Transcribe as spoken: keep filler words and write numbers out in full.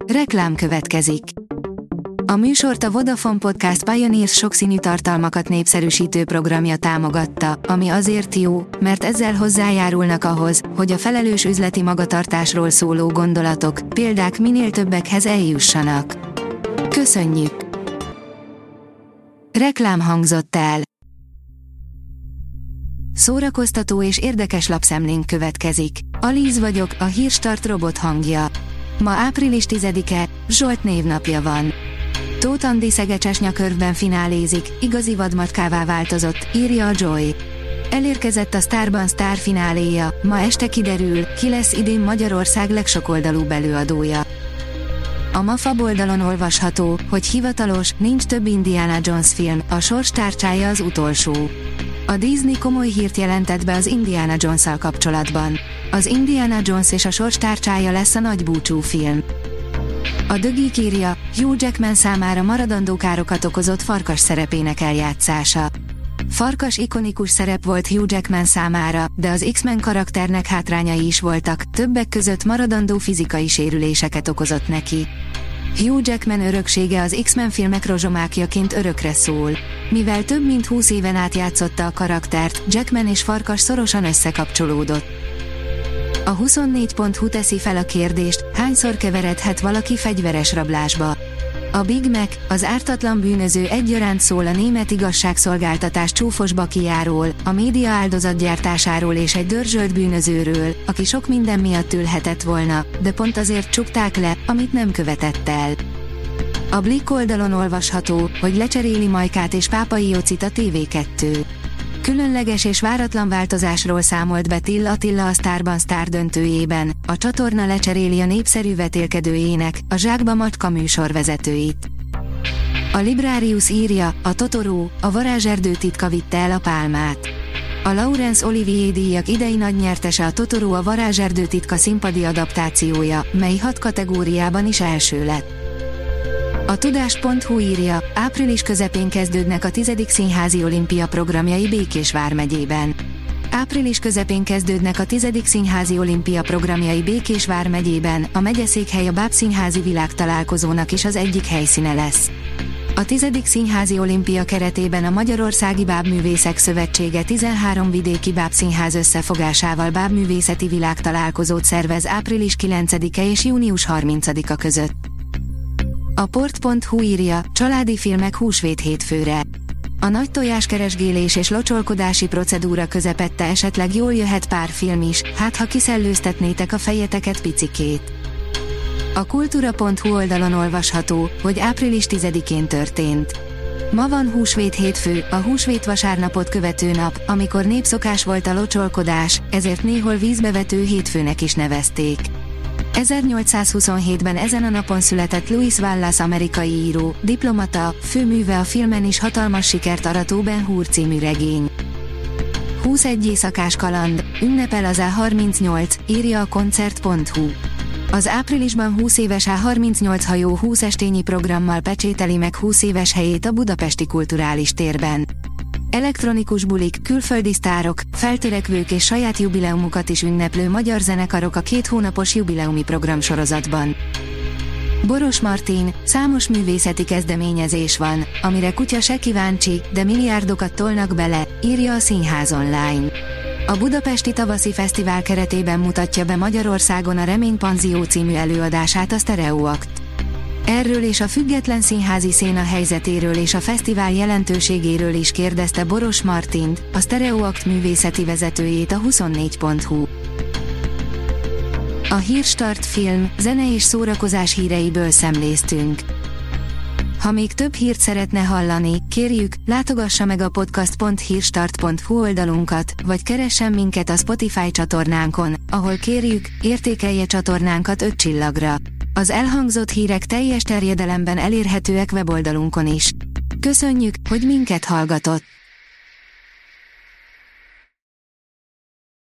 Reklám következik. A műsort a Vodafone Podcast Pioneers sokszínű tartalmakat népszerűsítő programja támogatta, ami azért jó, mert ezzel hozzájárulnak ahhoz, hogy a felelős üzleti magatartásról szóló gondolatok, példák minél többekhez eljussanak. Köszönjük! Reklám hangzott el. Szórakoztató és érdekes lapszemlénk következik. Alíz vagyok, a Hírstart robot hangja. Ma április tizedike, Zsolt névnapja van. Tóth Andi szegecses nyakörvben finálézik, igazi vadmatkává változott, írja a Joy. Elérkezett a Sztárban sztár fináléja, ma este kiderül, ki lesz idén Magyarország legsokoldalúbb előadója. A MAFA oldalon olvasható, hogy hivatalos, nincs több Indiana Jones film, a sors tárcsája az utolsó. A Disney komoly hírt jelentett be az Indiana Jones-szal kapcsolatban. Az Indiana Jones és a sors tárcsája lesz a nagy búcsú film. A The Geek írja, Hugh Jackman számára maradandó károkat okozott Farkas szerepének eljátszása. Farkas ikonikus szerep volt Hugh Jackman számára, de az X-Men karakternek hátrányai is voltak, többek között maradandó fizikai sérüléseket okozott neki. Hugh Jackman öröksége az X-Men filmek rozsomákjaként örökre szól. Mivel több mint húsz éven át játszotta a karaktert, Jackman és Farkas szorosan összekapcsolódott. A huszonnégy pont hu teszi fel a kérdést, hányszor keveredhet valaki fegyveres rablásba. A Big Mac, az ártatlan bűnöző egyaránt szól a német igazságszolgáltatás csúfos bakijáról, a média áldozatgyártásáról és egy dörzsölt bűnözőről, aki sok minden miatt ülhetett volna, de pont azért csukták le, amit nem követett el. A Blick oldalon olvasható, hogy lecseréli Majkát és Pápai Jocit a té vé kettő. Különleges és váratlan változásról számolt be Till Attila a Sztárban sztár döntőjében, a csatorna lecseréli a népszerű vetélkedőjének, a Zsákba Macska műsorvezetőit. A Librarius írja, a Totoro, a varázserdő titka vitte el a pálmát. A Laurence Olivier díjak idei nagy nyertese a Totoro a varázserdő titka színpadi adaptációja, mely hat kategóriában is első lett. A tudás pont hu írja, április közepén kezdődnek a tizedik színházi olimpia programjai Békés vármegyében. Április közepén kezdődnek a tizedik színházi olimpia programjai Békés vármegyében, a megyeszékhely a bábszínházi világtalálkozónak is az egyik helyszíne lesz. A tizedik színházi olimpia keretében a Magyarországi Bábművészek Szövetsége tizenhárom vidéki bábszínház összefogásával bábművészeti világtalálkozót szervez április kilencedike és június harmincadika között. A port pont hu írja, családi filmek húsvét hétfőre. A nagy tojáskeresgélés és locsolkodási procedúra közepette esetleg jól jöhet pár film is, hát ha kiszellőztetnétek a fejeteket picikét. A kultúra pont hu oldalon olvasható, hogy április tizedikén történt. Ma van húsvét hétfő, a húsvét vasárnapot követő nap, amikor népszokás volt a locsolkodás, ezért néhol vízbevető hétfőnek is nevezték. ezernyolcszázhuszonhétben ezen a napon született Lewis Wallace amerikai író, diplomata, főműve a filmen is hatalmas sikert arató Ben Hur című regény. huszonegy éjszakás kaland, ünnepel az á harmincnyolc, írja a koncert pont hu. Az áprilisban húsz éves á harmincnyolc hajó húsz estényi programmal pecsételi meg húsz éves helyét a budapesti kulturális térben. Elektronikus bulik, külföldi sztárok, feltörekvők és saját jubileumukat is ünneplő magyar zenekarok a két hónapos jubileumi programsorozatban. Boros Martin, számos művészeti kezdeményezés van, amire kutya se kíváncsi, de milliárdokat tolnak bele, írja a Színház online. A Budapesti Tavaszi Fesztivál keretében mutatja be Magyarországon a Reménypanzió című előadását a Stereoakt. Erről és a független színházi széna helyzetéről és a fesztivál jelentőségéről is kérdezte Boros Martint, a Stereoakt művészeti vezetőjét a huszonnégy pont hu. A Hírstart film, zene és szórakozás híreiből szemléztünk. Ha még több hírt szeretne hallani, kérjük, látogassa meg a podcast pont hírstart pont hu oldalunkat, vagy keressen minket a Spotify csatornánkon, ahol kérjük, értékelje csatornánkat öt csillagra. Az elhangzott hírek teljes terjedelemben elérhetőek weboldalunkon is. Köszönjük, hogy minket hallgatott!